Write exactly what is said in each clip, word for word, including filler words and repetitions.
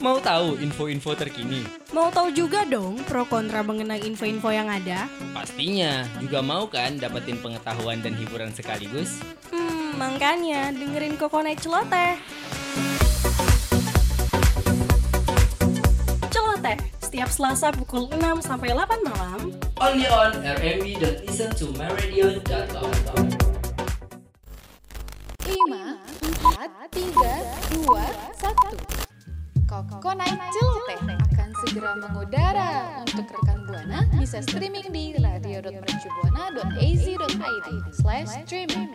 Mau tahu info-info terkini? Mau tahu juga dong pro kontra mengenai info-info yang ada? Pastinya. Juga mau kan dapetin pengetahuan dan hiburan sekaligus? Hmm, makanya dengerin Kokonai Celoteh. Celoteh, setiap Selasa pukul enam sampai delapan malam. Only on r m b dot listen to my radio dot com. lima, empat, tiga, dua, satu. Kokonai Celoteh akan segera mengudara. Untuk rekan Buana bisa streaming di radio dot mercubuana dot a z dot i d slash streaming.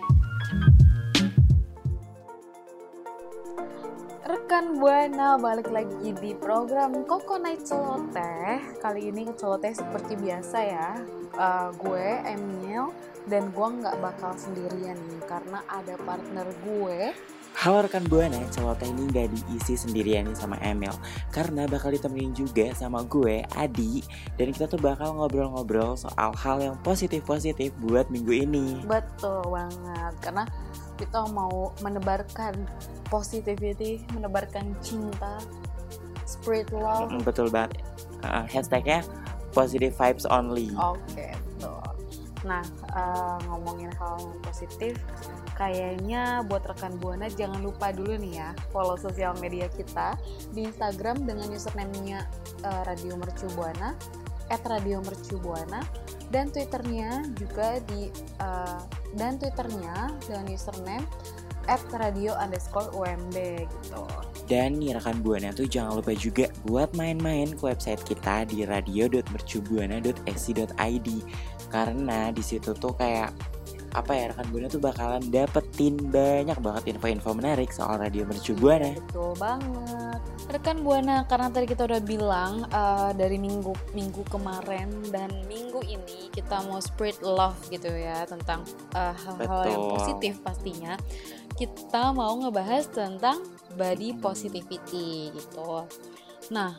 Rekan Buana, balik lagi di program Kokonai Celoteh. Kali ini Celoteh seperti biasa ya. Uh, gue Emil dan gue nggak bakal sendirian nih karena ada partner gue. Halo rekan Buana, Celoteh ini gak diisi sendirian nih sama Emil, karena bakal ditemenin juga sama gue, Adi. Dan kita tuh bakal ngobrol-ngobrol soal hal yang positif-positif buat minggu ini. Betul banget, karena kita mau menebarkan positivity, menebarkan cinta, spread love. Mm, betul banget, uh, hashtagnya positive vibes only. Oke, betul. Nah, uh, ngomongin hal yang positif, kayaknya buat rekan Buana jangan lupa dulu nih ya follow sosial media kita di Instagram dengan username-nya uh, Radio Mercu Buana, et radio mercu buana, dan Twitternya juga di uh, dan Twitternya dengan username et radio underscore umb gitu. Dan nih rekan Buana tuh jangan lupa juga buat main-main ke website kita di radio dot mercubuana dot a z dot i d, karena di situ tuh kayak apa ya, rekan Buana tuh bakalan dapetin banyak banget info-info menarik soal Radio Mercu Buana. Betul banget. Rekan Buana, karena tadi kita udah bilang uh, dari minggu minggu kemarin dan minggu ini kita mau spread love gitu ya tentang uh, hal-hal Betul. yang positif pastinya. Kita mau ngebahas tentang body positivity gitu. Nah,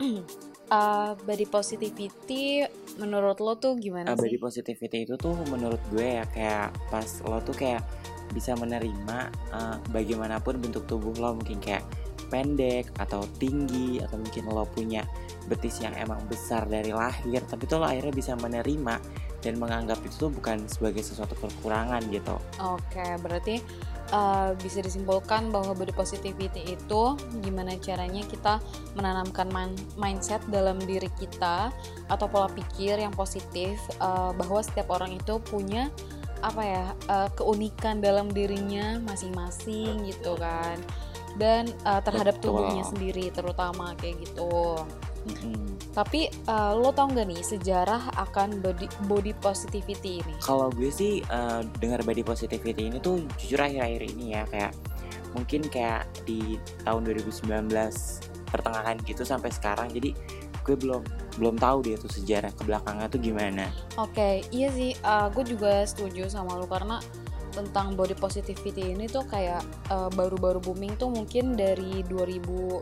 uh, body positivity menurut lo tuh gimana Uh, sih? body positivity itu tuh menurut gue ya kayak pas lo tuh kayak bisa menerima uh, bagaimanapun bentuk tubuh lo, mungkin kayak pendek atau tinggi, atau mungkin lo punya betis yang emang besar dari lahir, tapi tuh lo akhirnya bisa menerima dan menganggap itu tuh bukan sebagai sesuatu kekurangan gitu. Oke, berarti uh, bisa disimpulkan bahwa body positivity itu gimana caranya kita menanamkan man- mindset dalam diri kita atau pola pikir yang positif, uh, bahwa setiap orang itu punya apa ya uh, keunikan dalam dirinya masing-masing gitu kan, dan uh, terhadap Betul. tubuhnya sendiri terutama kayak gitu. Mm-hmm. Tapi uh, lo tau gak nih sejarah akan body, body positivity ini? Kalau gue sih uh, dengar body positivity ini tuh jujur akhir-akhir ini ya, kayak mungkin kayak di tahun dua ribu sembilan belas pertengahan gitu sampai sekarang. Jadi gue belum belum tahu dia tuh sejarah ke belakangnya tuh gimana. Oke, iya sih, uh, gue juga setuju sama lo karena tentang body positivity ini tuh kayak uh, baru-baru booming tuh mungkin dari dua ribu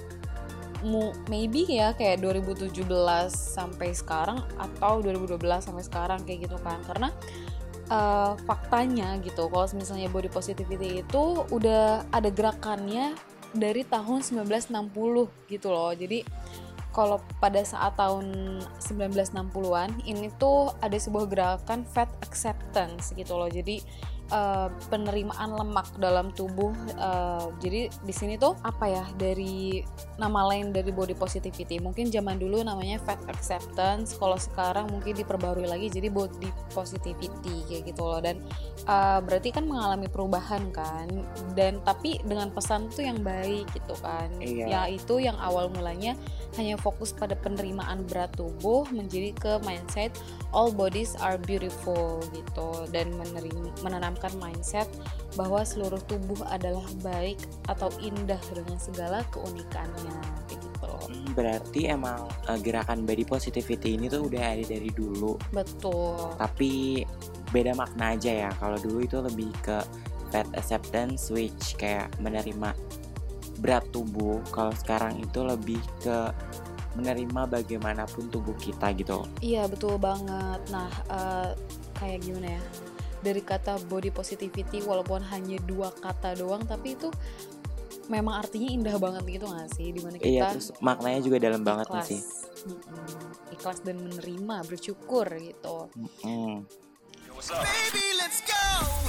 maybe ya kayak dua ribu tujuh belas sampai sekarang atau dua ribu dua belas sampai sekarang kayak gitu kan, karena uh, faktanya gitu kalau misalnya body positivity itu udah ada gerakannya dari tahun sembilan belas enam puluh gitu loh. Jadi kalau pada saat tahun sembilan belas enam puluhan ini tuh ada sebuah gerakan fat acceptance gitu loh. Jadi Uh, penerimaan lemak dalam tubuh. Uh, jadi di sini tuh apa ya, dari nama lain dari body positivity. Mungkin zaman dulu namanya fat acceptance, kalau sekarang mungkin diperbarui lagi jadi body positivity kayak gitu loh. Dan uh, berarti kan mengalami perubahan kan. Dan tapi dengan pesan tuh yang baik gitu kan. Iya. Yaitu yang awal mulanya hanya fokus pada penerimaan berat tubuh menjadi ke mindset all bodies are beautiful gitu, dan menerima, menanamkan mindset bahwa seluruh tubuh adalah baik atau indah dengan segala keunikannya gitu. Hmm, berarti emang uh, gerakan body positivity ini tuh udah ada dari dulu. Betul. Tapi beda makna aja ya. Kalau dulu itu lebih ke fat acceptance, which kayak menerima berat tubuh. Kalau sekarang itu lebih ke menerima bagaimanapun tubuh kita gitu. Iya betul banget. Nah uh, kayak gimana ya, dari kata body positivity walaupun hanya dua kata doang, tapi itu memang artinya indah banget gitu gak sih, dimana kita Iya, terus maknanya juga dalam banget gak ikhlas, sih? mm-mm, ikhlas dan menerima, bersyukur gitu. Mm. Baby, let's go.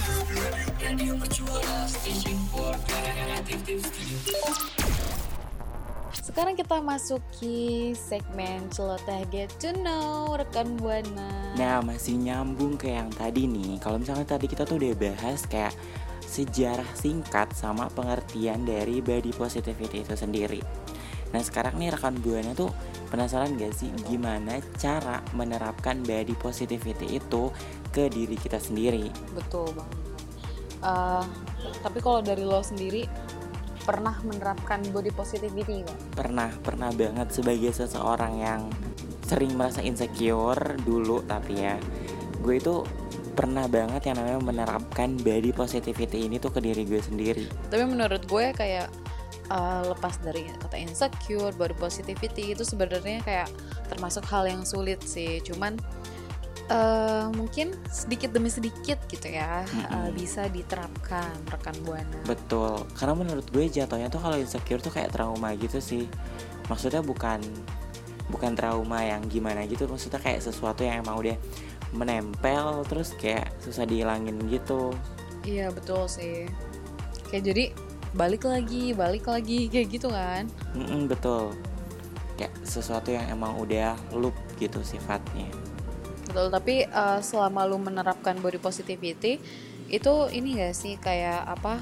Sekarang kita masuki segmen celoteh get to know rekan Buana. Nah, masih nyambung ke yang tadi nih. Kalau misalnya tadi kita tuh udah bahas kayak sejarah singkat sama pengertian dari body positivity itu sendiri. Nah, sekarang nih rekan Buana tuh penasaran gak sih gimana cara menerapkan body positivity itu ke diri kita sendiri? Betul banget. Uh, tapi kalau dari lo sendiri pernah menerapkan body positivity nggak? Pernah, pernah banget sebagai seseorang yang sering merasa insecure dulu, tapi ya gue itu pernah banget yang namanya menerapkan body positivity ini tuh ke diri gue sendiri. Tapi menurut gue kayak uh, lepas dari kata insecure, body positivity itu sebenarnya kayak termasuk hal yang sulit sih. Cuman uh, mungkin sedikit demi sedikit gitu ya, mm-hmm. uh, bisa diterapkan rekan Buana. Betul, karena menurut gue jatuhnya tuh kalau insecure tuh kayak trauma gitu sih. Maksudnya bukan bukan trauma yang gimana gitu, maksudnya kayak sesuatu yang emang udah menempel terus kayak susah dihilangin gitu. Iya betul sih. Kayak jadi balik lagi, balik lagi kayak gitu kan. Mm-mm, betul. Kayak sesuatu yang emang udah loop gitu sifatnya. Betul, tapi uh, selama lu menerapkan body positivity itu ini gak sih kayak apa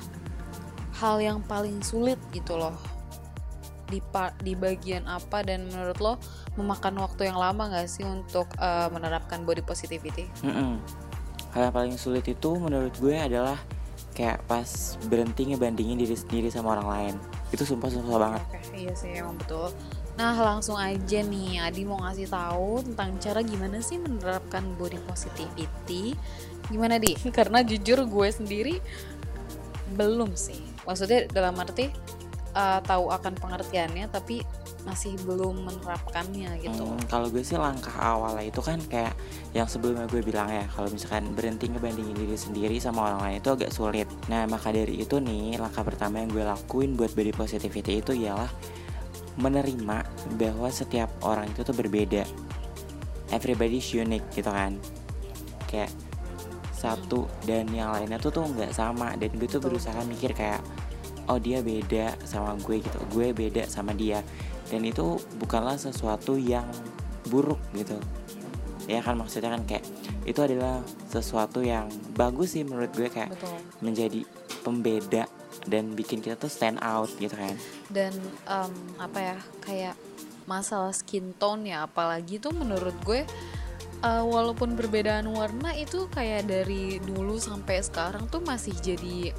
hal yang paling sulit gitu loh di, pa- di bagian apa, dan menurut lo memakan waktu yang lama gak sih untuk uh, menerapkan body positivity? Mm-mm. Hal yang paling sulit itu menurut gue adalah kayak pas berhenti ngebandingin diri sendiri sama orang lain. Itu sumpah susah banget. Oke, iya sih emang betul. Nah langsung aja nih Adi mau ngasih tahu tentang cara gimana sih menerapkan body positivity. Gimana Di? Karena jujur gue sendiri belum sih. Maksudnya dalam arti uh, tahu akan pengertiannya tapi masih belum menerapkannya gitu. Hmm, kalau gue sih langkah awalnya itu kan kayak yang sebelumnya gue bilang ya, kalau misalkan berhenti ngebandingin diri sendiri sama orang lain itu agak sulit. Nah maka dari itu nih langkah pertama yang gue lakuin buat body positivity itu ialah menerima bahwa setiap orang itu tuh berbeda. Everybody's unique gitu kan. Kayak satu dan yang lainnya tuh tuh nggak sama, dan gue tuh berusaha mikir kayak oh dia beda sama gue gitu, gue beda sama dia, dan itu bukanlah sesuatu yang buruk gitu ya kan, maksudnya kan kayak itu adalah sesuatu yang bagus sih menurut gue, kayak Betul. menjadi pembeda dan bikin kita tuh stand out gitu kan. Dan um, apa ya kayak masalah skin tone ya, apalagi tuh menurut gue uh, walaupun perbedaan warna itu kayak dari dulu sampai sekarang tuh masih jadi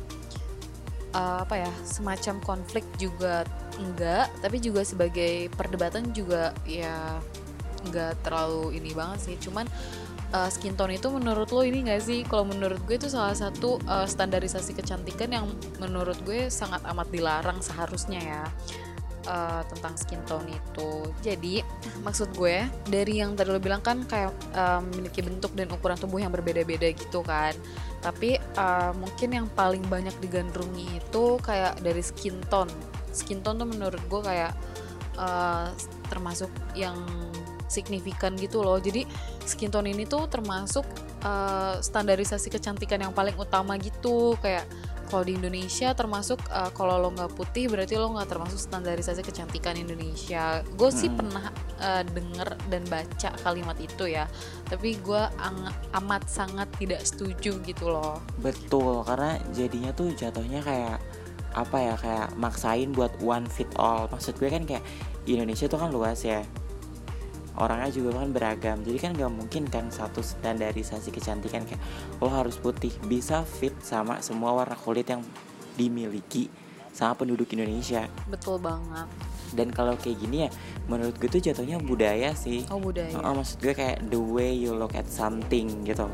uh, apa ya semacam konflik juga enggak, tapi juga sebagai perdebatan juga ya enggak terlalu ini banget sih. Cuman uh, skin tone itu menurut lo ini nggak sih? Kalau menurut gue itu salah satu uh, standarisasi kecantikan yang menurut gue sangat amat dilarang seharusnya ya. Uh, tentang skin tone itu. Jadi maksud gue dari yang tadi lo bilang kan kayak uh, memiliki bentuk dan ukuran tubuh yang berbeda-beda gitu kan. Tapi uh, mungkin yang paling banyak digandrungi itu kayak dari skin tone. Skin tone tuh menurut gue kayak uh, termasuk yang signifikan gitu loh. Jadi skin tone ini tuh termasuk uh, standarisasi kecantikan yang paling utama gitu. Kayak kalau di Indonesia termasuk uh, kalau lo nggak putih berarti lo nggak termasuk standarisasi kecantikan Indonesia. Gue sih Hmm. pernah uh, denger dan baca kalimat itu ya, tapi gue ang- amat sangat tidak setuju gitu loh. Betul, karena jadinya tuh jatuhnya kayak apa ya, kayak maksain buat one fit all. Maksud gue kan kayak Indonesia tuh kan luas ya, orangnya juga kan beragam, jadi kan gak mungkin kan satu standarisasi kecantikan kayak lo harus putih bisa fit sama semua warna kulit yang dimiliki sama penduduk Indonesia. Betul banget. Dan kalau kayak gini ya menurut gue tuh jatuhnya budaya sih. Oh budaya. Oh, maksud gue kayak the way you look at something gitu.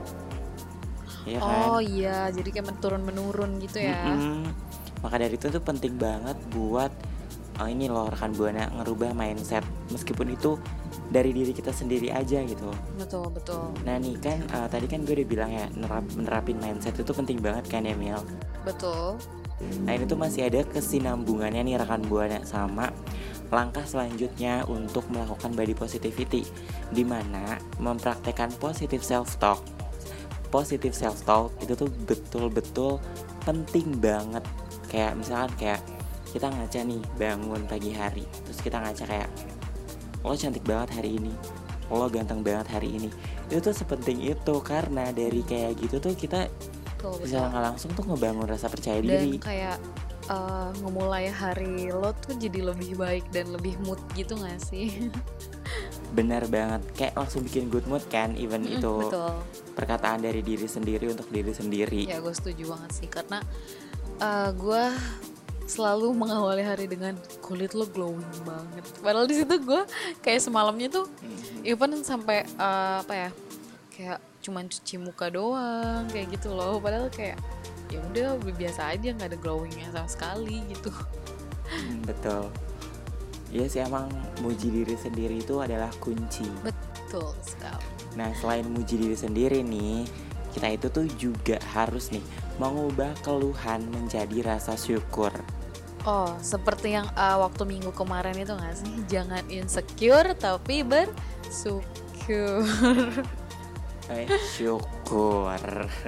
Iya kan? Oh iya, jadi kayak menurun menurun gitu ya. Mm-mm. Maka dari itu tuh penting banget buat oh ini loh rekan Buana ngerubah mindset, meskipun itu dari diri kita sendiri aja gitu. Betul betul. Nah nih kan uh, tadi kan gue udah bilang ya nerap, nerapin mindset itu penting banget kan ya Mil. Betul. Nah ini tuh masih ada kesinambungannya nih rekan Buana sama langkah selanjutnya untuk melakukan body positivity, dimana mempraktekkan positive self talk. Positive self talk itu tuh betul-betul penting banget. Kayak misalkan kayak kita ngaca nih bangun pagi hari, terus kita ngaca kayak lo cantik banget hari ini, lo ganteng banget hari ini. Itu tuh sepenting itu, karena dari kayak gitu tuh kita Betul, bisa betul. nggak langsung tuh ngebangun rasa percaya Dan diri. kayak uh, ngemulai hari lo tuh jadi lebih baik dan lebih mood gitu gak sih? Benar banget, kayak langsung bikin good mood kan, even Mm-mm, itu betul. perkataan dari diri sendiri untuk diri sendiri. Ya gue setuju banget sih, karena uh, gue selalu mengawali hari dengan kulit lo glowing banget. Padahal di situ gue kayak semalamnya tuh even sampai uh, apa ya, kayak cuman cuci muka doang kayak gitu loh. Padahal kayak ya udah biasa aja, nggak ada glowingnya sama sekali gitu. Hmm, betul. Iya sih, emang muji diri sendiri itu adalah kunci. Betul sekali. Nah selain muji diri sendiri nih, kita itu tuh juga harus nih mengubah keluhan menjadi rasa syukur. Oh, seperti yang uh, waktu minggu kemarin itu nggak sih? Jangan insecure tapi bersyukur. Eh, syukur.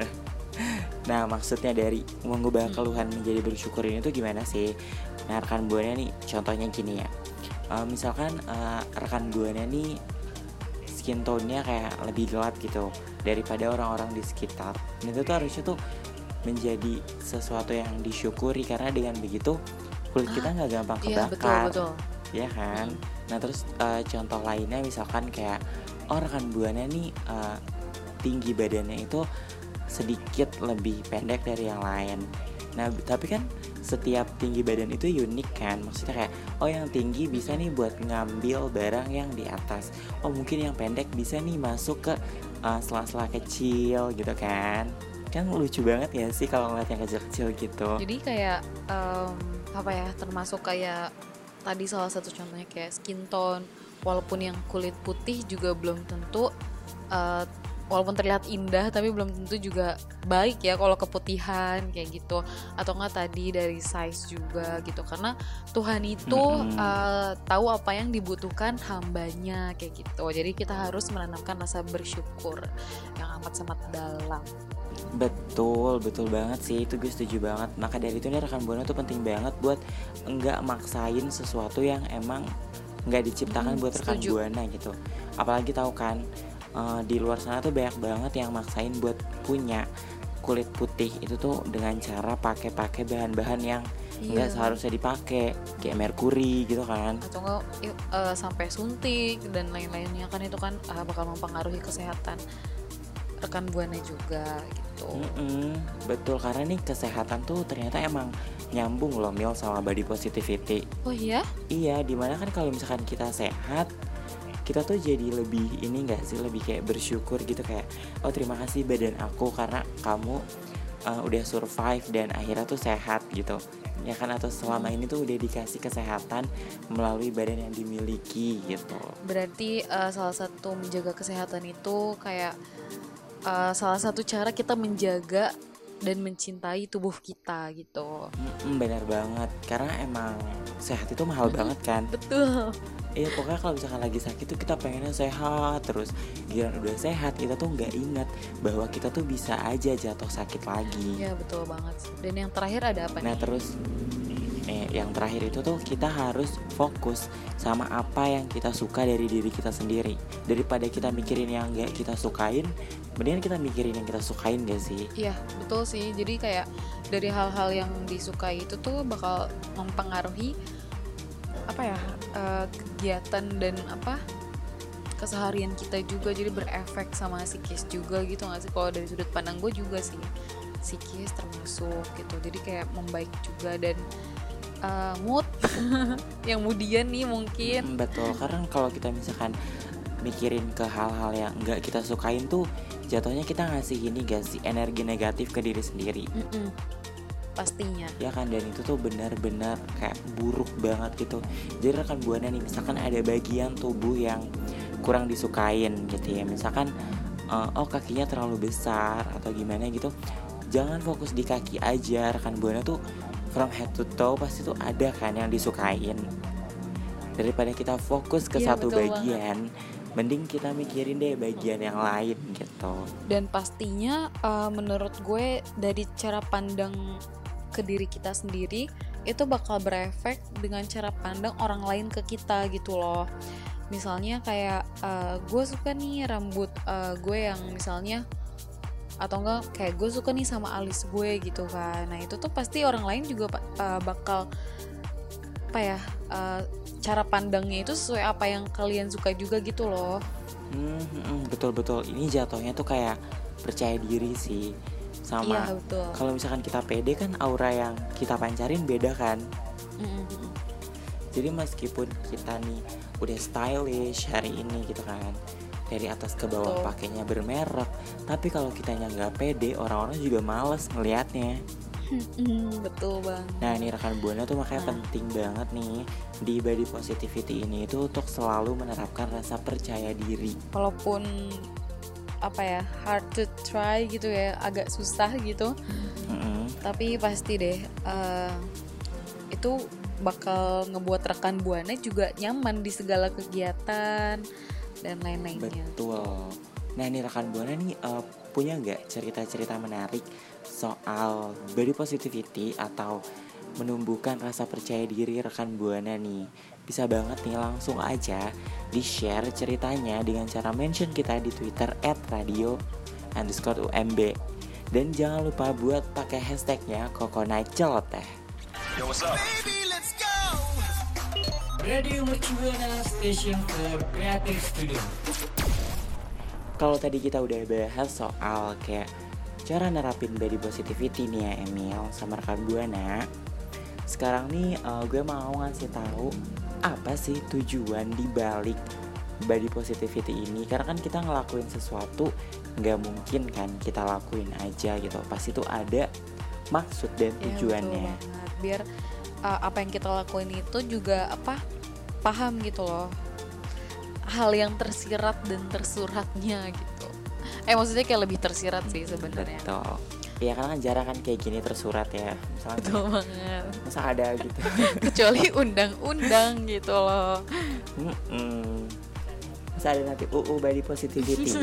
Nah maksudnya dari mengubah keluhan menjadi bersyukur ini tuh gimana sih? Nah rekan Buana nih contohnya gini ya, uh, misalkan uh, rekan Buana nih skin tone-nya kayak lebih gelap gitu daripada orang-orang di sekitar. Nah, itu tuh harusnya tuh menjadi sesuatu yang disyukuri, karena dengan begitu kulit kita nggak gampang Iya betul kebakar, betul. ya kan? Nah terus uh, contoh lainnya misalkan kayak oh rekan Buana nih uh, tinggi badannya itu sedikit lebih pendek dari yang lain. Nah tapi kan setiap tinggi badan itu unik kan, maksudnya kayak oh yang tinggi bisa nih buat ngambil barang yang di atas, oh mungkin yang pendek bisa nih masuk ke uh, sela-sela kecil gitu kan. Kan lucu banget ya sih kalau ngeliat yang kecil-kecil gitu. Jadi kayak um, apa ya, termasuk kayak tadi salah satu contohnya kayak skin tone, walaupun yang kulit putih juga belum tentu uh, walaupun terlihat indah tapi belum tentu juga baik ya kalau keputihan kayak gitu, atau enggak tadi dari size juga gitu, karena Tuhan itu Mm-mm. uh, tahu apa yang dibutuhkan hambanya kayak gitu. Jadi kita harus menanamkan rasa bersyukur yang amat sangat dalam. Betul, betul banget sih, itu gue setuju banget. Maka dari itu nih rekan Buana tuh penting banget buat enggak maksain sesuatu yang emang enggak diciptakan Hmm, buat rekan setuju. Buana gitu. Apalagi tahu kan uh, di luar sana tuh banyak banget yang maksain buat punya kulit putih itu tuh dengan cara pakai-pakai bahan-bahan yang enggak Iya. seharusnya dipakai, kayak merkuri gitu kan. Atau enggak yuk, eh, sampai suntik dan lain-lainnya kan, itu kan eh, bakal mempengaruhi kesehatan rekan Buana juga gitu. Mm-mm, betul, karena nih kesehatan tuh ternyata emang nyambung loh Mil sama body positivity. Oh iya? Iya, dimana kan kalau misalkan kita sehat, kita tuh jadi lebih ini gak sih, lebih kayak bersyukur gitu, kayak oh terima kasih badan aku karena kamu uh, udah survive dan akhirnya tuh sehat gitu, ya kan, atau selama ini tuh udah dikasih kesehatan melalui badan yang dimiliki gitu. Berarti eh, salah satu menjaga kesehatan itu kayak eh, salah satu cara kita menjaga dan mencintai tubuh kita gitu. Mm-mm, benar banget, karena emang sehat itu mahal banget kan. Betul. Iya, pokoknya kalau misalkan lagi sakit tuh kita pengennya sehat terus. Giliran udah sehat kita tuh nggak ingat bahwa kita tuh bisa aja jatuh sakit lagi. Ya betul banget. Dan yang terakhir ada apa Nah nih? terus eh, yang terakhir itu tuh kita harus fokus sama apa yang kita suka dari diri kita sendiri. Daripada kita mikirin yang nggak kita sukain, mendingan kita mikirin yang kita sukain gak sih? Iya betul sih. Jadi kayak dari hal-hal yang disukai itu tuh bakal mempengaruhi apa ya, eh, kegiatan dan apa keseharian kita juga, jadi berefek sama psikis juga gitu nggak sih? Kalau dari sudut pandang gue juga sih psikis termasuk gitu, jadi kayak membaik juga. Dan eh, mood yang kemudian nih mungkin Hmm, betul, karena kalau kita misalkan mikirin ke hal-hal yang nggak kita sukain tuh jatuhnya kita ngasih ini gak sih, energi negatif ke diri sendiri. mm-mm, pastinya. Ya kan, dan itu tuh benar-benar kayak buruk banget gitu. Jadi rekan Buana nih misalkan ada bagian tubuh yang kurang disukain gitu ya, misalkan uh, oh kakinya terlalu besar atau gimana gitu, jangan fokus di kaki aja. Rekan Buana tuh from head to toe pasti tuh ada kan yang disukain. Daripada kita fokus ke Iya, satu betul bagian, mending kita mikirin deh bagian yang lain gitu. Dan pastinya uh, menurut gue dari cara pandang ke diri kita sendiri itu bakal berefek dengan cara pandang orang lain ke kita gitu loh. Misalnya kayak uh, gue suka nih rambut uh, gue yang misalnya, atau enggak kayak gue suka nih sama alis gue gitu kan. Nah itu tuh pasti orang lain juga uh, bakal apa ya, uh, cara pandangnya itu sesuai apa yang kalian suka juga gitu loh. Hmm, hmm, betul-betul. Ini jatuhnya tuh kayak percaya diri sih. Sama Iya betul. kalau misalkan kita pede kan aura yang kita pancarin beda kan. Mm-mm. Jadi meskipun kita nih udah stylish hari ini gitu kan, dari atas ke bawah Betul. pakainya bermerek, tapi kalau kitanya nggak pede, orang-orang juga males ngelihatnya. Mm, betul bang. Nah ini rekan Buana tuh makanya Nah. penting banget nih di body positivity ini itu untuk selalu menerapkan rasa percaya diri. Walaupun apa ya, hard to try gitu ya, agak susah gitu, Mm-mm. tapi pasti deh uh, itu bakal ngebuat rekan Buana juga nyaman di segala kegiatan dan lain-lainnya. Betul. Nah ini rekan Buana nih uh, punya nggak cerita-cerita menarik soal body positivity atau menumbuhkan rasa percaya diri rekan Buana nih? Bisa banget nih langsung aja di share ceritanya dengan cara mention kita di Twitter at radio underscore umb. Dan jangan lupa buat pakai hashtagnya Coconut Celoteh. Yo, what's up? Baby, let's go. Radio Mercubuana Station for Creative Studio. Kalau tadi kita udah bahas soal kayak cara nerapin body positivity nih ya Emil sama rekan Buana. Sekarang nih uh, gue mau ngasih tahu apa sih tujuan di balik body positivity ini. Karena kan kita ngelakuin sesuatu nggak mungkin kan kita lakuin aja gitu. Pasti tuh ada maksud dan Ya, tujuannya. betul banget. Biar uh, apa yang kita lakuin itu juga apa, paham gitu loh, hal yang tersirat dan tersuratnya gitu. Eh maksudnya kayak lebih tersirat sih sebenarnya. Betul. Ya karena kan jarang kan kayak gini tersurat ya. Misalnya Betul banget. masa ada gitu. Kecuali undang-undang gitu loh. Mm-mm. Masa ada nanti U U body positivity.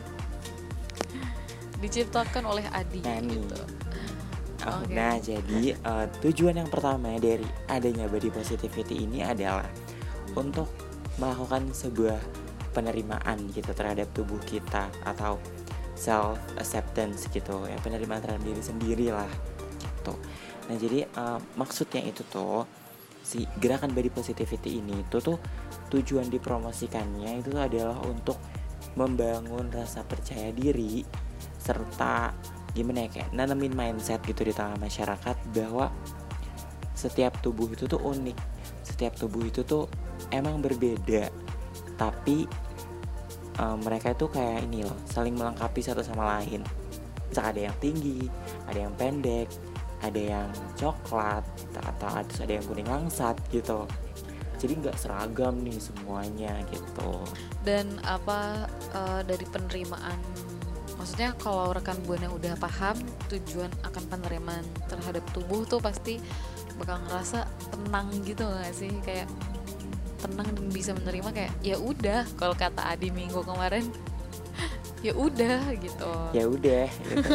Diciptakan oleh Adi Nah, nih. gitu. Oh, Oke. Nah jadi uh, tujuan yang pertama dari adanya body positivity ini adalah untuk melakukan sebuah penerimaan gitu terhadap tubuh kita atau self acceptance gitu ya, penerimaan terhadap diri sendiri lah gitu. Nah jadi uh, maksudnya itu tuh si gerakan body positivity ini itu tuh tujuan dipromosikannya itu adalah untuk membangun rasa percaya diri serta gimana ya, kayak nanemin mindset gitu di tengah masyarakat bahwa setiap tubuh itu tuh unik, setiap tubuh itu tuh emang berbeda, tapi um, mereka itu kayak ini loh, saling melengkapi satu sama lain. Misal ada yang tinggi, ada yang pendek, ada yang coklat, atau ada yang kuning langsat gitu. Jadi nggak seragam nih semuanya gitu. Dan apa uh, dari penerimaan, maksudnya kalau rekan Buana udah paham tujuan akan penerimaan terhadap tubuh tuh pasti bakal ngerasa tenang gitu gak sih, kayak tenang dan bisa menerima, kayak ya udah, kalau kata Adi minggu kemarin ya udah gitu. Ya udah gitu.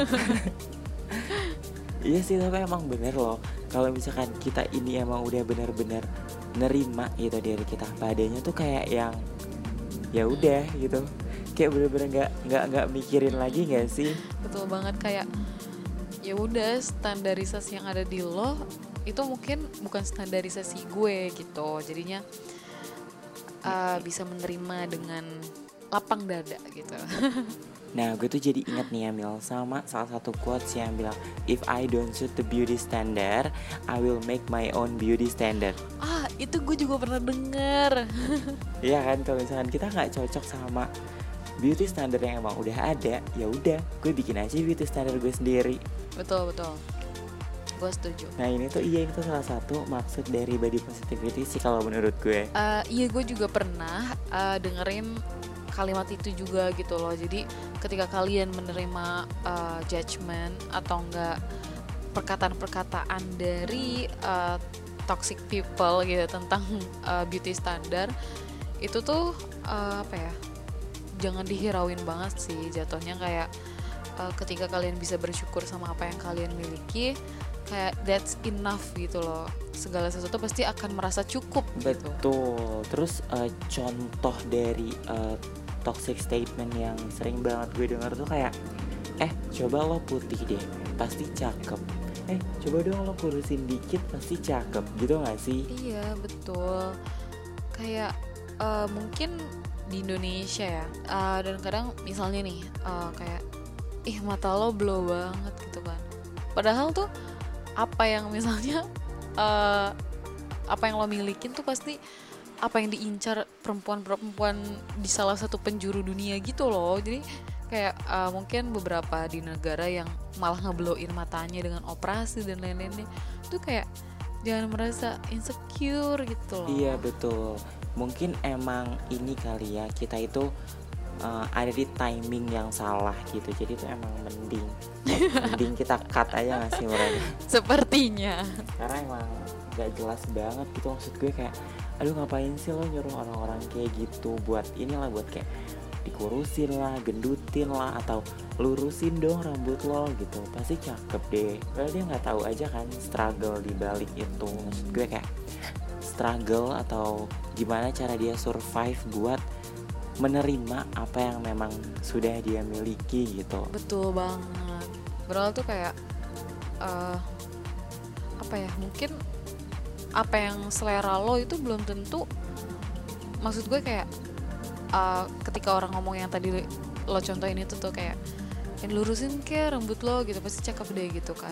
Iya sih, tapi emang bener loh kalau misalkan kita ini emang udah benar-benar nerima gitu diri kita padanya tuh kayak yang ya udah gitu, kayak bener-bener nggak nggak nggak mikirin lagi nggak sih? Betul banget, kayak ya udah standarisasi yang ada di lo itu mungkin bukan standarisasi gue gitu, jadinya uh, bisa menerima dengan lapang dada gitu. Nah gue tuh jadi ingat nih ya Mil sama salah satu quotes yang bilang, if I don't suit the beauty standard, I will make my own beauty standard. Ah itu gue juga pernah denger. Iya kan, kalau misalkan kita nggak cocok sama beauty standard yang emang udah ada, ya udah gue bikin aja beauty standard gue sendiri. Betul betul, gue setuju. Nah ini tuh iya, itu salah satu maksud dari body positivity sih kalau menurut gue. Uh, iya gue juga pernah uh, dengerin kalimat itu juga gitu loh. Jadi ketika kalian menerima uh, judgement atau enggak perkataan-perkataan dari uh, toxic people gitu tentang uh, beauty standar itu tuh uh, apa ya, jangan dihirauin banget sih jatuhnya. Kayak uh, ketika kalian bisa bersyukur sama apa yang kalian miliki, kayak that's enough gitu loh. Segala sesuatu pasti akan merasa cukup gitu. Betul. Terus uh, contoh dari uh, toxic statement yang sering banget gue denger tuh kayak, eh coba lo putih deh pasti cakep, eh coba dong lo kurusin dikit pasti cakep, gitu gak sih? Iya betul. Kayak uh, mungkin di Indonesia ya, uh, dan kadang misalnya nih uh, kayak ih mata lo blow banget gitu kan, padahal tuh apa yang misalnya uh, apa yang lo milikin tuh pasti apa yang diincar perempuan-perempuan di salah satu penjuru dunia gitu loh. Jadi kayak uh, mungkin beberapa di negara yang malah ngeblow-in matanya dengan operasi dan lain-lainnya, tuh kayak jangan merasa insecure gitu loh. Iya betul. Mungkin emang ini kali ya, kita itu uh, ada di timing yang salah gitu. Jadi itu emang mending mending kita cut aja gak sih mereka. Sepertinya. Karena emang gak jelas banget gitu. Maksud gue kayak, aduh ngapain sih lo nyuruh orang-orang kayak gitu buat inilah, buat kayak dikurusin lah, gendutin lah, atau lurusin dong rambut lo gitu, pasti cakep deh. Padahal dia nggak tahu aja kan struggle di balik itu. Maksud gue kayak struggle atau gimana cara dia survive buat menerima apa yang memang sudah dia miliki gitu. Betul banget. Berawal tuh kayak uh, apa ya, mungkin apa yang selera lo itu belum tentu. Maksud gue kayak uh, ketika orang ngomong yang tadi lo contohin itu tuh kayak yang lurusin kayak rambut lo gitu pasti cakep deh gitu kan,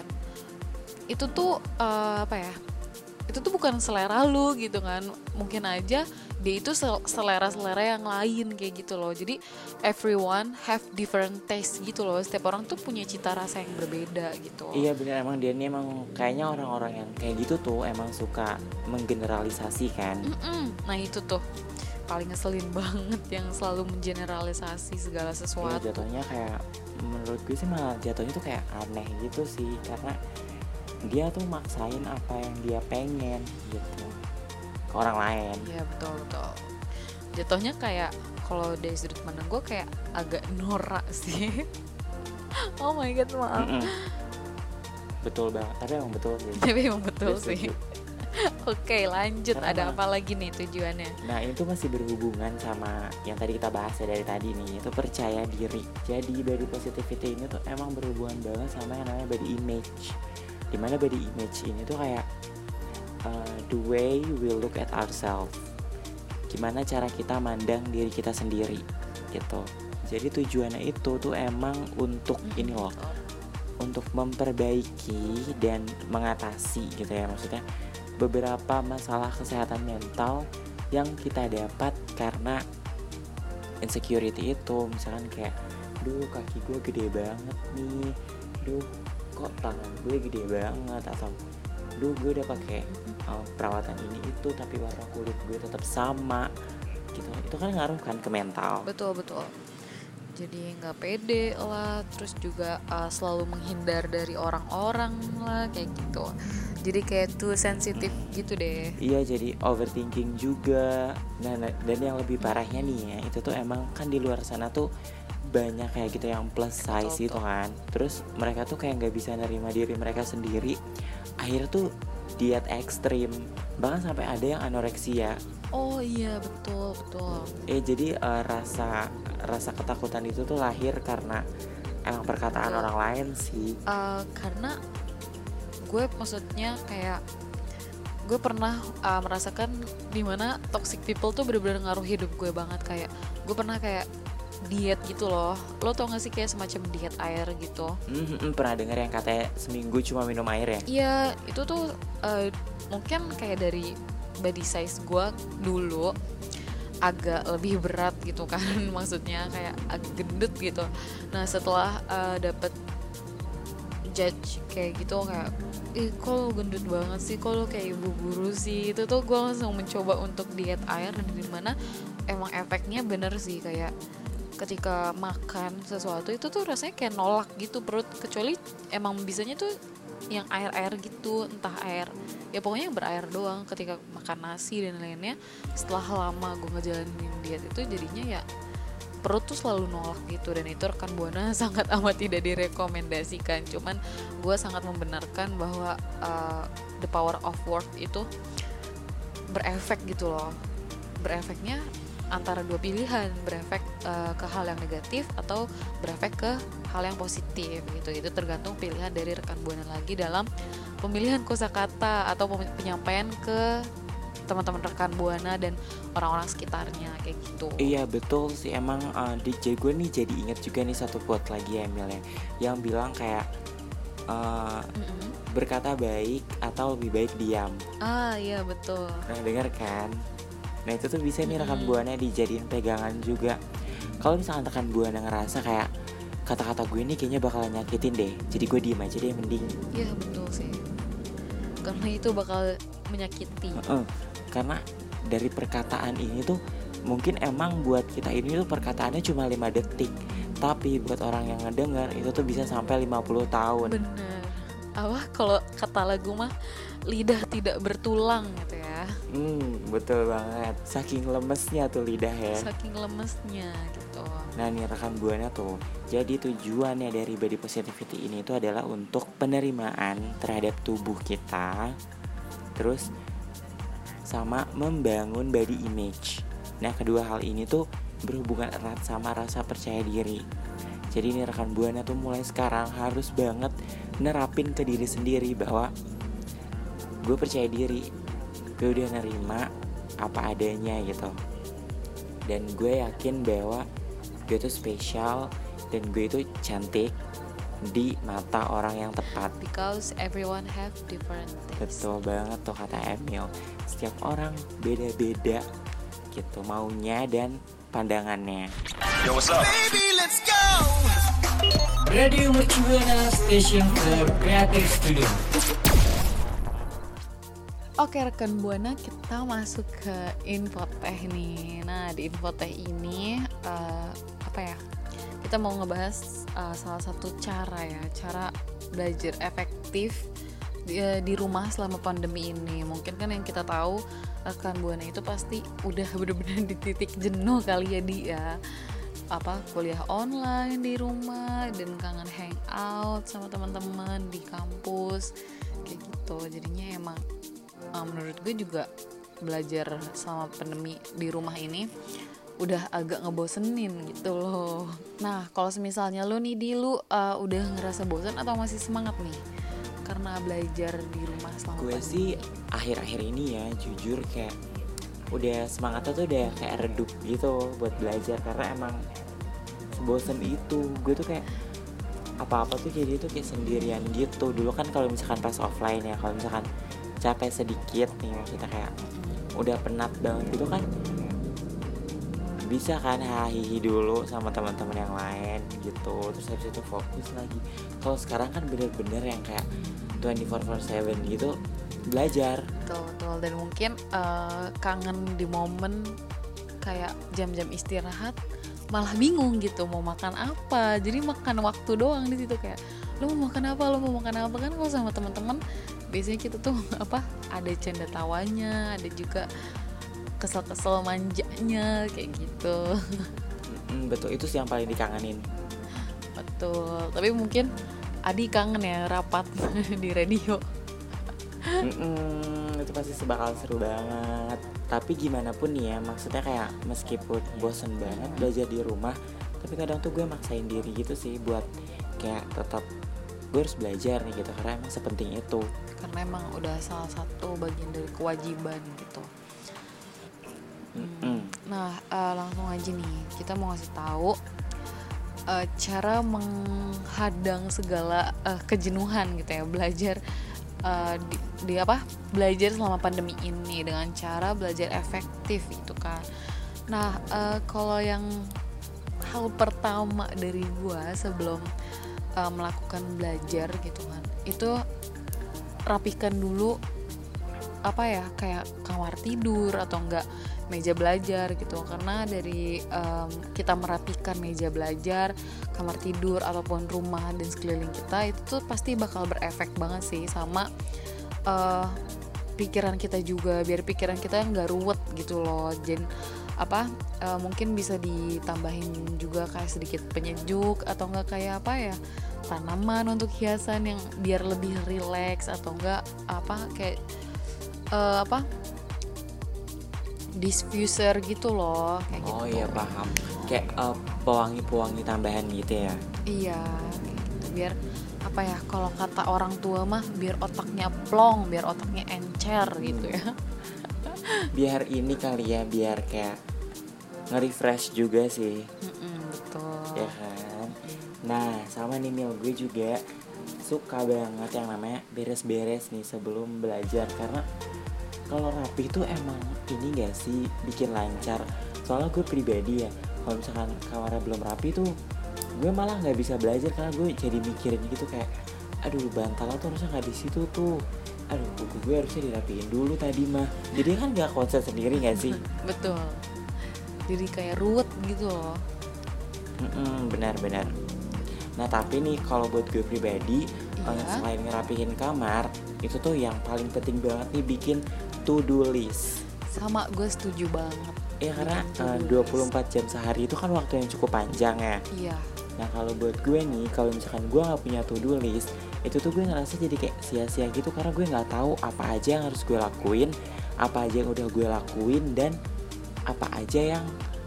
itu tuh uh, apa ya, itu tuh bukan selera lo gitu kan. Mungkin aja dia itu selera-selera yang lain kayak gitu loh. Jadi everyone have different taste gitu loh. Setiap orang tuh punya cita rasa yang berbeda gitu. Iya bener, emang dia ini emang kayaknya orang-orang yang kayak gitu tuh emang suka menggeneralisasi kan. Mm-mm. Nah itu tuh paling ngeselin banget yang selalu mengeneralisasi segala sesuatu. Iya, jatuhnya kayak menurut gue sih malah jatuhnya tuh kayak aneh gitu sih, karena dia tuh maksain apa yang dia pengen gitu ke orang lain. Iya betul betul. Jatuhnya kayak kalau dari sudut pandang gue kayak agak norak sih. Oh my god, maaf. Mm-mm. Betul banget, tapi emang betul sih. Tapi emang betul Gue sih. setuju. Oke lanjut, Karena ada emang- apa lagi nih tujuannya? Nah itu masih berhubungan sama yang tadi kita bahas ya dari tadi nih, itu percaya diri. Jadi body positivity ini tuh emang berhubungan banget sama yang namanya body image. Dimana body image ini tuh kayak uh, the way we look at ourselves, gimana cara kita mandang diri kita sendiri gitu. Jadi tujuannya itu tuh emang untuk ini loh, untuk memperbaiki dan mengatasi gitu ya, maksudnya beberapa masalah kesehatan mental yang kita dapat karena insecurity itu. Misalkan kayak, duh kaki gue gede banget nih, duh kok tangan gue gede banget, atau duh gue udah pakai uh, perawatan ini itu tapi warna kulit gue tetap sama gitu. Itu kan ngaruh kan ke mental. Betul betul. Jadi nggak pede lah, terus juga uh, selalu menghindar dari orang-orang lah kayak gitu. Jadi kayak tuh sensitif gitu deh. Iya, jadi overthinking juga. Nah, nah, dan yang lebih parahnya nih ya, itu tuh emang kan di luar sana tuh banyak kayak gitu yang plus size Betul, gitu kan. Terus mereka tuh kayak nggak bisa nerima diri mereka sendiri. Akhirnya tuh diet ekstrim, bahkan sampai ada yang anoreksia. Oh iya betul betul. Eh jadi uh, rasa rasa ketakutan itu tuh lahir karena emang perkataan Betul. orang lain sih. Uh, karena gue maksudnya kayak gue pernah uh, merasakan dimana toxic people tuh bener-bener ngaruh hidup gue banget. Kayak gue pernah kayak diet gitu loh. Lo tau gak sih kayak semacam diet air gitu? Mm-hmm, pernah dengar yang katanya seminggu cuma minum air ya? Iya itu tuh uh, mungkin kayak dari body size gue dulu agak lebih berat gitu kan. Maksudnya kayak agak gendut gitu. Nah setelah uh, dapet judge kayak gitu kayak, ih kok lo gendut banget sih, kok lo kayak ibu guru sih, itu tuh gue langsung mencoba untuk diet air. Dan dimana emang efeknya bener sih, kayak ketika makan sesuatu itu tuh rasanya kayak nolak gitu perut, kecuali emang bisanya tuh yang air-air gitu, entah air ya pokoknya yang berair doang. Ketika makan nasi dan lainnya, setelah lama gue ngejalanin diet itu jadinya ya perut tuh selalu nolak gitu, dan itu rekan Buana sangat amat tidak direkomendasikan. Cuman gue sangat membenarkan bahwa uh, the power of work itu berefek gitu loh. Berefeknya antara dua pilihan, berefek uh, ke hal yang negatif atau berefek ke hal yang positif gitu. Itu tergantung pilihan dari rekan Buana lagi dalam pemilihan kosakata atau penyampaian ke teman-teman rekan Buana dan orang-orang sekitarnya kayak gitu. Iya betul sih, emang uh, D J gue nih jadi inget juga nih satu quote lagi ya Emil ya, yang bilang kayak uh, Mm-mm. berkata baik atau lebih baik diam. Ah iya betul. Nah denger kan? Nah itu tuh bisa nih rekan Mm-mm. Buana dijadiin pegangan juga. Kalau misalkan rekan Buana ngerasa kayak kata-kata gue ini kayaknya bakalan nyakitin deh, jadi gue diem aja deh mending. Iya betul sih, karena itu bakal menyakiti. Uh-uh. Karena dari perkataan ini tuh mungkin emang buat kita ini tuh perkataannya cuma lima detik, tapi buat orang yang ngedenger itu tuh bisa sampai lima puluh tahun. Bener. Apa kalau kata lagu mah lidah tidak bertulang gitu ya. Hmm, betul banget. Saking lemesnya tuh lidah ya. Saking lemesnya gitu. Nah nih rekan Buana tuh, jadi tujuannya dari body positivity ini tuh adalah untuk penerimaan terhadap tubuh kita, terus sama membangun body image. Nah kedua hal ini tuh berhubungan erat sama rasa percaya diri. Jadi ini rekan Buana tuh mulai sekarang harus banget nerapin ke diri sendiri bahwa gue percaya diri, gue udah nerima apa adanya gitu. Dan gue yakin bahwa gue tuh spesial dan gue itu cantik di mata orang yang tepat. Because everyone have different taste. Betul banget tuh kata Emil. Setiap orang beda-beda gitu maunya dan pandangannya. Yo, what's up? Baby, let's go. Radio Mercu Buana Station for Creative Studio. Oke rekan Buana, kita masuk ke infoteh nih. Nah di infoteh ini uh, apa ya? Kita mau ngebahas uh, salah satu cara ya, cara belajar efektif di, uh, di rumah selama pandemi ini. Mungkin kan yang kita tahu rekan Buana itu pasti udah bener-bener di titik jenuh kali ya dia. Apa kuliah online di rumah dan kangen hangout sama teman-teman di kampus kayak gitu. Jadinya emang uh, menurut gue juga belajar selama pandemi di rumah ini udah agak ngebosenin gitu loh. Nah kalau misalnya lo nih di lu uh, udah ngerasa bosan atau masih semangat nih karena belajar di rumah selama Gue pandemi? sih akhir-akhir ini ya jujur kayak udah semangatnya tuh udah kayak redup gitu buat belajar, karena emang bosen itu. Gue tuh kayak apa-apa tuh jadi tuh kayak sendirian gitu. Dulu kan kalau misalkan pas offline ya, kalau misalkan capek sedikit nih maksudnya kayak udah penat banget gitu kan, bisa kan hahihi dulu sama teman-teman yang lain gitu, terus habis itu fokus lagi. Kalau sekarang kan bener-bener yang kayak twenty-four per seven gitu belajar. Betul, betul. Dan mungkin uh, kangen di momen kayak jam-jam istirahat malah bingung gitu mau makan apa, jadi makan waktu doang di situ. Kayak lo mau makan apa, lo mau makan apa. Kan kalau sama teman-teman biasanya kita tuh apa ada canda tawanya, ada juga kesel-kesel manjanya kayak gitu. Mm, betul, itu sih yang paling dikangenin. Betul. Tapi mungkin Adi kangen ya rapat di radio. Mm-mm, itu pasti bakal seru banget. Tapi gimana pun nih ya, maksudnya kayak meskipun bosen banget belajar di rumah, tapi kadang tuh gue maksain diri gitu sih buat kayak tetap gue harus belajar nih gitu, karena emang sepenting itu. Karena emang udah salah satu bagian dari kewajiban gitu. Mm-mm. Nah uh, langsung aja nih kita mau ngasih tahu uh, cara menghadang segala uh, kejenuhan gitu ya, belajar uh, di, di apa belajar selama pandemi ini dengan cara belajar efektif itu kan. Nah uh, kalau yang hal pertama dari gua sebelum uh, melakukan belajar gitu kan, itu rapihkan dulu apa ya kayak kamar tidur atau enggak meja belajar gitu. Karena dari um, kita merapikan meja belajar, kamar tidur ataupun rumah dan sekeliling kita, itu tuh pasti bakal berefek banget sih sama uh, pikiran kita juga, biar pikiran kita nggak ruwet gitu loh. Jadi apa uh, mungkin bisa ditambahin juga kayak sedikit penyejuk atau enggak kayak apa ya tanaman untuk hiasan yang biar lebih rileks, atau enggak apa kayak uh, apa diffuser gitu loh kayak Oh gitu. iya paham. Kayak uh, pewangi-pewangi tambahan gitu ya. Iya kayak gitu. Biar apa ya kalau kata orang tua mah biar otaknya plong, biar otaknya encer gitu ya. Biar ini kali ya, biar kayak nge-refresh juga sih. Mm-mm, betul. Ya kan. Nah sama nih Mil, gue juga suka banget yang namanya beres-beres nih sebelum belajar. Karena kalau rapi tuh emang ini gak sih bikin lancar. Soalnya gue pribadi ya, kalau misalkan kamarnya belum rapi tuh gue malah gak bisa belajar. Karena gue jadi mikirin gitu kayak, aduh bantalnya tuh harusnya gak di situ tuh, aduh buku gue harusnya dirapiin dulu tadi mah. Jadi kan gak konsen sendiri gak sih? Betul. Jadi kayak ruwet gitu loh. Mm-mm, benar-benar. Nah tapi nih kalau buat gue pribadi, Iya. eh, selain ngerapihin kamar, itu tuh yang paling penting banget nih bikin to-do list. Sama gue setuju banget. Ya karena Bikin to-do eh, list. dua puluh empat jam sehari itu kan waktu yang cukup panjang ya. Iya. Nah kalau buat gue nih, kalau misalkan gue nggak punya to-do list, itu tuh gue ngerasa jadi kayak sia-sia gitu. Karena gue nggak tahu apa aja yang harus gue lakuin, apa aja yang udah gue lakuin, dan apa aja yang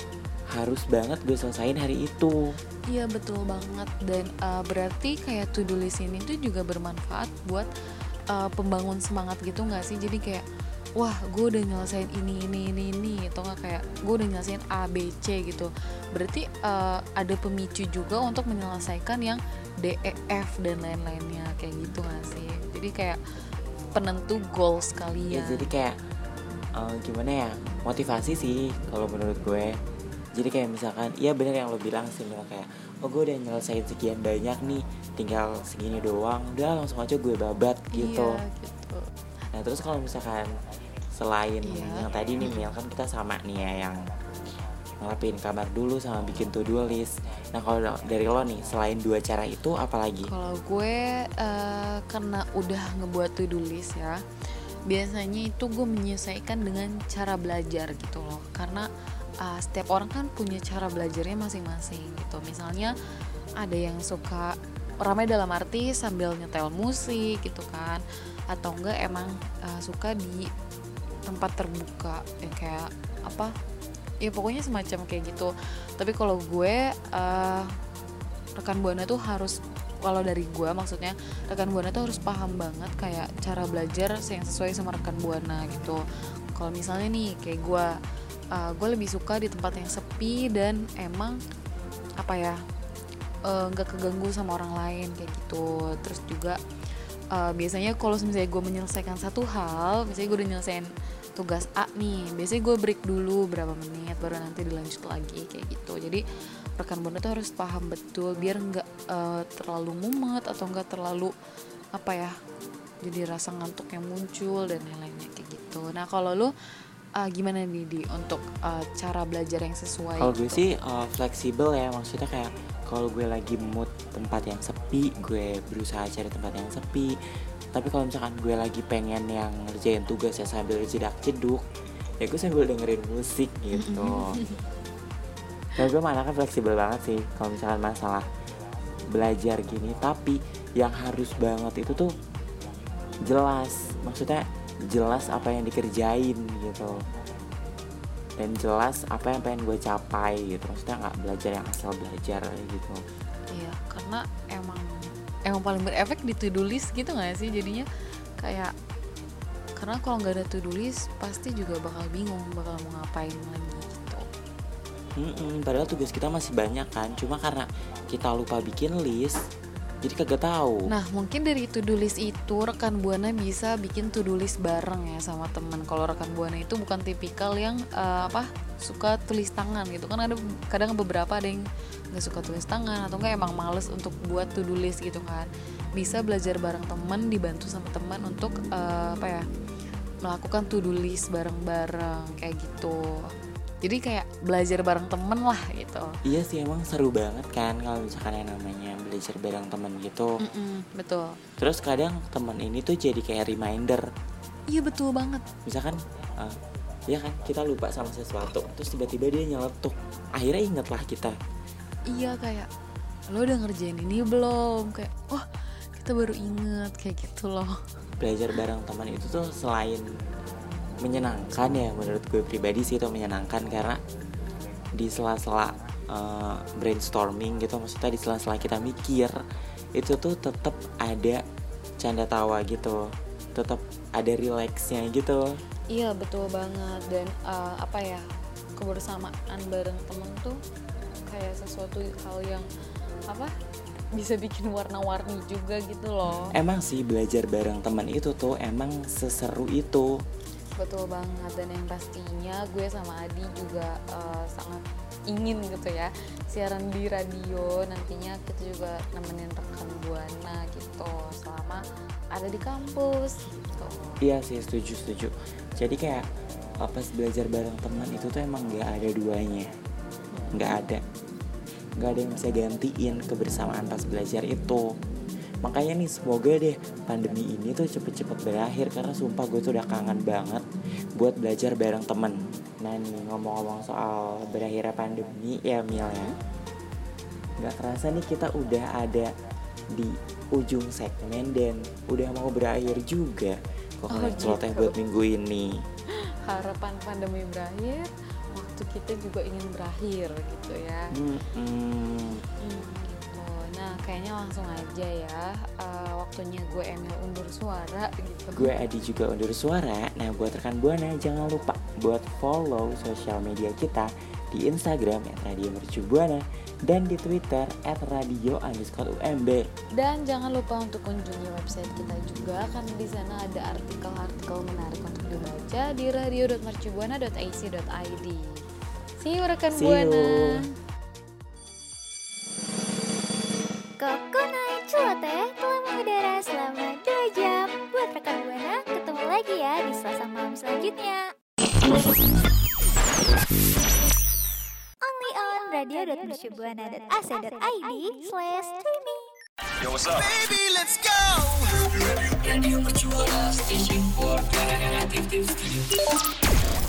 harus banget gue selesain hari itu. Iya betul banget. Dan uh, berarti kayak to do list ini tuh juga bermanfaat buat uh, pembangun semangat gitu nggak sih? Jadi kayak wah gue udah nyelesain ini ini ini ini atau nggak kayak gue udah nyelesain A B C gitu. Berarti uh, ada pemicu juga untuk menyelesaikan yang D E F dan lain-lainnya kayak gitu nggak sih? Jadi kayak penentu goals Ya kalian. jadi kayak eh, gimana ya, motivasi sih kalau menurut gue. Jadi kayak misalkan, iya bener yang lo bilang sih Mil, kayak oh gue udah nyelesain sekian banyak nih, tinggal segini doang, udah langsung aja gue babat gitu. Iya gitu. Nah terus kalau misalkan selain Iya. yang tadi nih Mil, kan kita sama nih ya yang ngerapiin kamar dulu sama bikin to-do list. Nah kalau dari lo nih, selain dua cara itu apalagi? Kalau gue uh, karena udah ngebuat to do list ya, biasanya itu gue menyesuaikan dengan cara belajar gitu loh. Karena uh, setiap orang kan punya cara belajarnya masing-masing gitu. Misalnya ada yang suka ramai dalam arti sambil nyetel musik gitu kan, atau enggak emang uh, suka di tempat terbuka yang kayak apa ya pokoknya semacam kayak gitu. Tapi kalau gue uh, rekan buana tuh harus, kalau dari gue maksudnya rekan buana tuh harus paham banget kayak cara belajar yang sesuai sama rekan buana gitu. Kalau misalnya nih kayak gue uh, gue lebih suka di tempat yang sepi dan emang apa ya nggak uh, keganggu sama orang lain kayak gitu. Terus juga uh, biasanya kalau misalnya gue menyelesaikan satu hal, misalnya gue udah nyelesain tugas A nih, biasanya gue break dulu berapa menit baru nanti dilanjut lagi kayak gitu. Jadi rekan buana tuh harus paham betul biar nggak uh, terlalu mumet atau nggak terlalu apa ya jadi rasa ngantuk yang muncul dan lain-lainnya kayak gitu. Nah kalau lu uh, gimana nih Di untuk uh, cara belajar yang sesuai? Kalau gue gitu? sih uh, fleksibel ya, maksudnya kayak kalau gue lagi mood tempat yang sepi, gue berusaha cari tempat yang sepi. Tapi kalau misalkan gue lagi pengen yang ngerjain tugas ya sambil jedak jeduk, ya gue sambil dengerin musik gitu. Nah gue malah kan fleksibel banget sih kalau misalkan masalah belajar gini. Tapi yang harus banget itu tuh jelas, maksudnya jelas apa yang dikerjain gitu, dan jelas apa yang pengen gue capai gitu. Maksudnya nggak belajar yang asal belajar gitu. Iya, karena emang emang paling berefek di to do list gitu nggak sih jadinya kayak, karena kalau nggak ada to do list pasti juga bakal bingung bakal mau ngapain lagi gitu. Mm-mm, padahal tugas kita masih banyak kan, cuma karena kita lupa bikin list jadi kagak tahu. Nah mungkin dari to do list itu rekan buana bisa bikin to do list bareng ya sama teman. Kalau rekan buana itu bukan tipikal yang uh, apa suka tulis tangan gitu kan, ada kadang beberapa ada yang nggak suka tulis tangan atau nggak emang males untuk buat to do list gitu kan. Bisa belajar bareng teman, dibantu sama teman untuk uh, apa ya melakukan to-do list bareng-bareng kayak gitu. Jadi kayak belajar bareng temen lah gitu. Iya sih, emang seru banget kan kalau misalkan yang namanya belajar bareng temen gitu. Mm-mm, betul. Terus kadang temen ini tuh jadi kayak reminder. Iya betul banget. Misalkan uh, ya kan kita lupa sama sesuatu, terus tiba-tiba dia nyeletuk, akhirnya inget lah kita. Iya kayak lo udah ngerjain ini belum? Kayak wah kita baru inget kayak gitu loh. Belajar bareng teman itu tuh selain menyenangkan ya, menurut gue pribadi sih itu menyenangkan karena di sela-sela uh, brainstorming gitu, maksudnya di sela-sela kita mikir itu tuh tetap ada canda tawa gitu, tetap ada relaxnya gitu. Iya betul banget. Dan uh, apa ya, kebersamaan bareng temen tuh kayak sesuatu hal yang apa bisa bikin warna-warni juga gitu loh. Emang sih belajar bareng teman itu tuh emang seseru itu. Betul banget. Dan yang pastinya gue sama Adi juga uh, sangat ingin gitu ya siaran di radio, nantinya kita juga nemenin rekan Buana gitu selama ada di kampus gitu. Iya sih, setuju setuju. Jadi kayak pas belajar bareng teman itu tuh emang nggak ada duanya, nggak ada nggak ada yang bisa gantiin kebersamaan pas belajar itu. Makanya nih semoga deh pandemi ini tuh cepet-cepet berakhir, karena sumpah gue tuh udah kangen banget buat belajar bareng temen. Nah nih ngomong-ngomong soal berakhirnya pandemi ya Mil ya, gak kerasa nih kita udah ada di ujung segmen dan udah mau berakhir juga. Kok kalian Oh, celoteh gitu. buat minggu ini. Harapan pandemi berakhir, waktu kita juga ingin berakhir gitu ya. Hmm-mm. Hmm, gitu. Nah kayaknya langsung aja ya, uh, waktunya gue Emil undur suara gitu. Gue Adi juga undur suara. Nah buat rekan Buana jangan lupa buat follow sosial media kita di Instagram at Radio Mercu Buana dan di Twitter at radio underscore U M B. Dan jangan lupa untuk kunjungi website kita juga, karena di sana ada artikel-artikel menarik untuk dibaca di radio dot mercubuana dot a c dot i d. See you rekan See Buana. you. Kokonai Celoteh telah mengudara selama dua jam. Buat rekan Buana, ketemu lagi ya di Selasa malam selanjutnya. Only on radio dot mercubuana dot a c dot i d slash streaming. Yo, what's up? Baby, let's go. Radio Mercu Buana, station for creative studio.